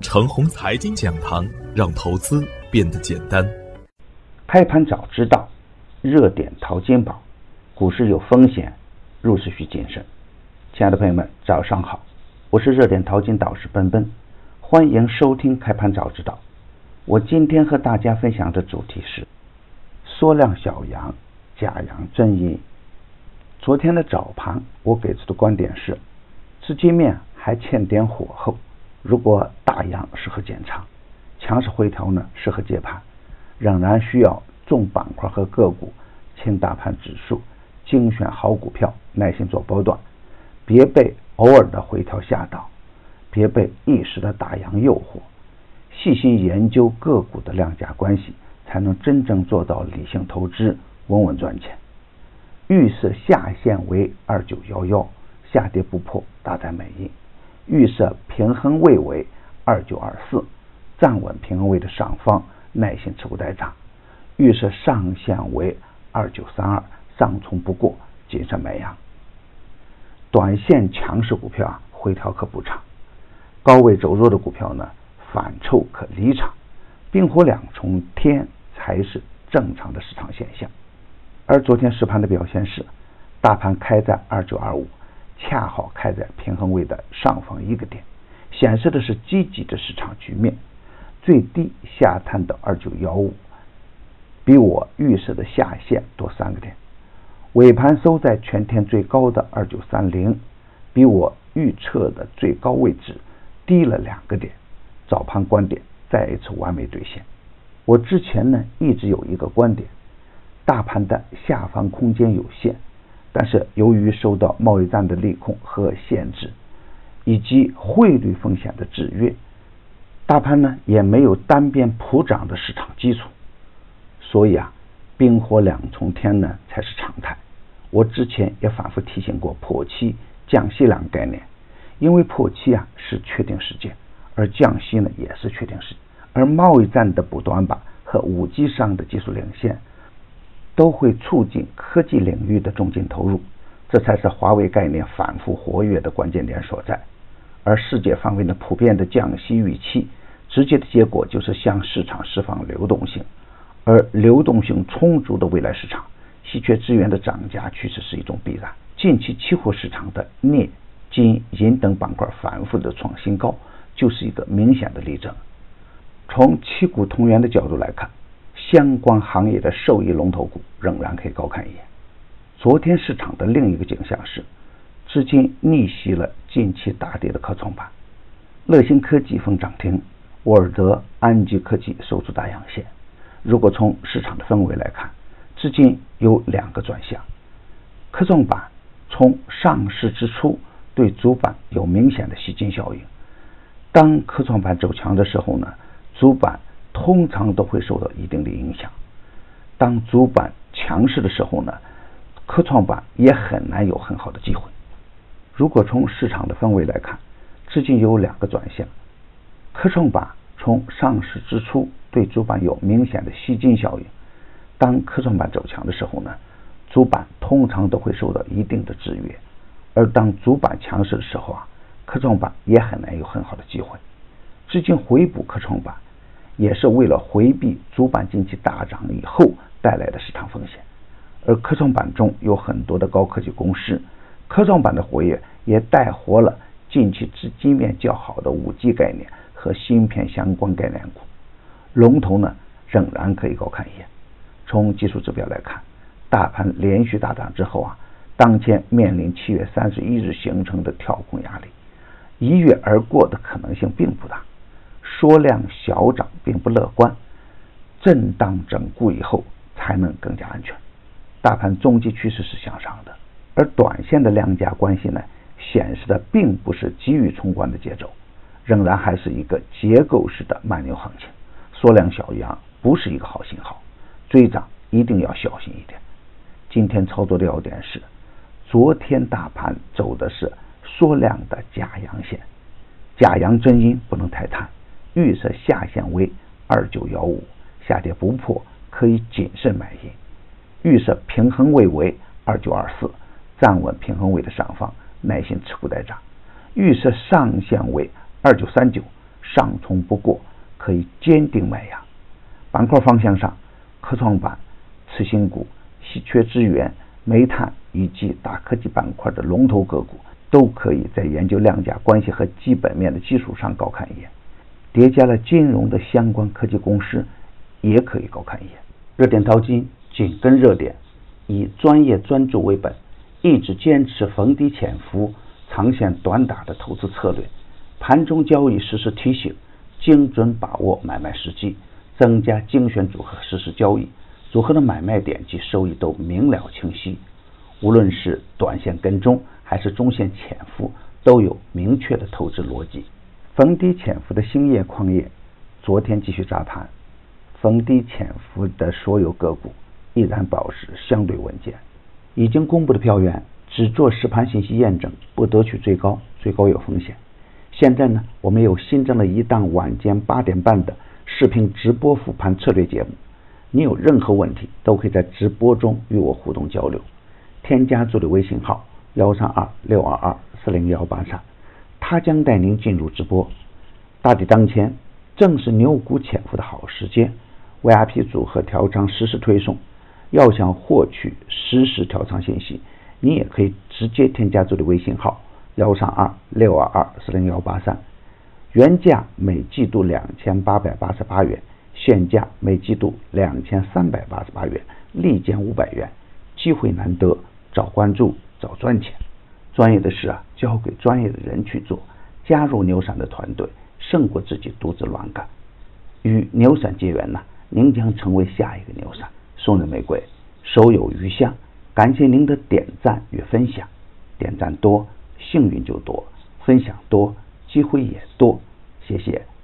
程红财经讲堂，让投资变得简单。 开盘早知道，热点淘金宝，股市有风险，入市需谨慎。亲爱的朋友们，早上好，我是热点淘金导师奔奔，欢迎收听开盘早知道。我今天和大家分享的主题是缩量小阳，假阳真阴。昨天的早盘我给出的观点是，资金面还欠点火候，如果大阳适合减仓，强势回调呢适合接盘，仍然需要重板块和个股，轻大盘指数，精选好股票，耐心做波段，别被偶尔的回调吓倒，别被一时的大阳诱惑，细心研究个股的量价关系，才能真正做到理性投资，稳稳赚钱。预设下限为2911，下跌不破，大在美阴。预设平衡位为2924，站稳平衡位的上方，耐心持股待涨。预设上限为2932，上冲不过，谨慎买阳。短线强势股票回调可补场，高位走弱的股票呢，反抽可离场。冰火两重天才是正常的市场现象。而昨天实盘的表现是，大盘开在2925，恰好开在平衡位的上方1个点，显示的是积极的市场局面。最低下探到2915，比我预设的下限多3个点。尾盘收在全天最高的2930，比我预测的最高位置低了2个点。早盘观点再一次完美兑现。我之前呢一直有一个观点，大盘的下方空间有限，但是由于受到贸易战的利空和限制，以及汇率风险的制约，大盘呢也没有单边普涨的市场基础，所以冰火两重天呢才是常态。我之前也反复提醒过破七、降息两个概念，因为破七是确定事件，而降息呢也是确定事件，而贸易战的补短板和5G 上的技术领先都会促进科技领域的重金投入，这才是华为概念反复活跃的关键点所在。而世界范围的普遍的降息预期，直接的结果就是向市场释放流动性，而流动性充足的未来市场，稀缺资源的涨价趋势是一种必然。近期期货市场的镍、金、银等板块反复的创新高，就是一个明显的例证。从七股同源的角度来看，相关行业的受益龙头股仍然可以高看一眼。昨天市场的另一个景象是，资金逆袭了近期大跌的科创板，乐新科技封涨停，沃尔德、安吉科技收出大阳线。如果从市场的氛围来看，资金有2个转向。科创板从上市之初对主板有明显的吸金效应，当科创板走强的时候呢，主板通常都会受到一定的影响。当主板强势的时候呢，科创板也很难有很好的机会。如果从市场的氛围来看，资金有2个转向。科创板从上市之初对主板有明显的吸金效应，当科创板走强的时候呢，主板通常都会受到一定的制约，而当主板强势的时候科创板也很难有很好的机会。资金回补科创板也是为了回避主板近期大涨以后带来的市场风险，而科创板中有很多的高科技公司，科创板的活跃也带活了近期资金面较好的5G 概念和芯片相关概念股，龙头呢仍然可以高看一眼。从技术指标来看，大盘连续大涨之后当前面临7月31日形成的跳空压力，一跃而过的可能性并不大，缩量小涨并不乐观，震荡整固以后才能更加安全。大盘中期趋势是向上的，而短线的量价关系呢，显示的并不是急于冲关的节奏，仍然还是一个结构式的慢牛行情。缩量小阳不是一个好信号，追涨一定要小心一点。今天操作的要点是，昨天大盘走的是缩量的假阳线，假阳真阴不能太贪，预设下限为2915，下跌不破可以谨慎买进。预设平衡位为2924，站稳平衡位的上方，耐心持股待涨。预设上限为2939， 上冲不过，可以坚定卖压。板块方向上，科创板、次新股、稀缺资源、煤炭以及大科技板块的龙头个股都可以在研究量价关系和基本面的基础上高看一眼，叠加了金融的相关科技公司也可以高看一眼。热点淘金紧跟热点，以专业专注为本，一直坚持逢低潜伏、长线短打的投资策略，盘中交易实时提醒，精准把握买卖时机，增加精选组合实时交易，组合的买卖点及收益都明了清晰。无论是短线跟踪还是中线潜伏，都有明确的投资逻辑。逢低潜伏的兴业矿业昨天继续砸盘，逢低潜伏的所有个股依然保持相对稳健。已经公布的票源只做实盘信息验证，不得取最高，最高有风险。现在呢，我们又新增了一档晚间8点半的视频直播复盘策略节目，你有任何问题都可以在直播中与我互动交流。添加助理微信号13262240183，他将带您进入直播。大敌当前，正是牛股潜伏的好时间。VIP 组合调仓实时推送，要想获取实时调仓信息，你也可以直接添加助理微信号13262240183，原价每季度2888元，现价每季度2388元，立减500元。机会难得，早关注早赚钱。专业的事交给专业的人去做，加入牛散的团队，胜过自己独自乱干。与牛散结缘您将成为下一个牛散。送人玫瑰，手有余香。感谢您的点赞与分享，点赞多，幸运就多；分享多，机会也多。谢谢。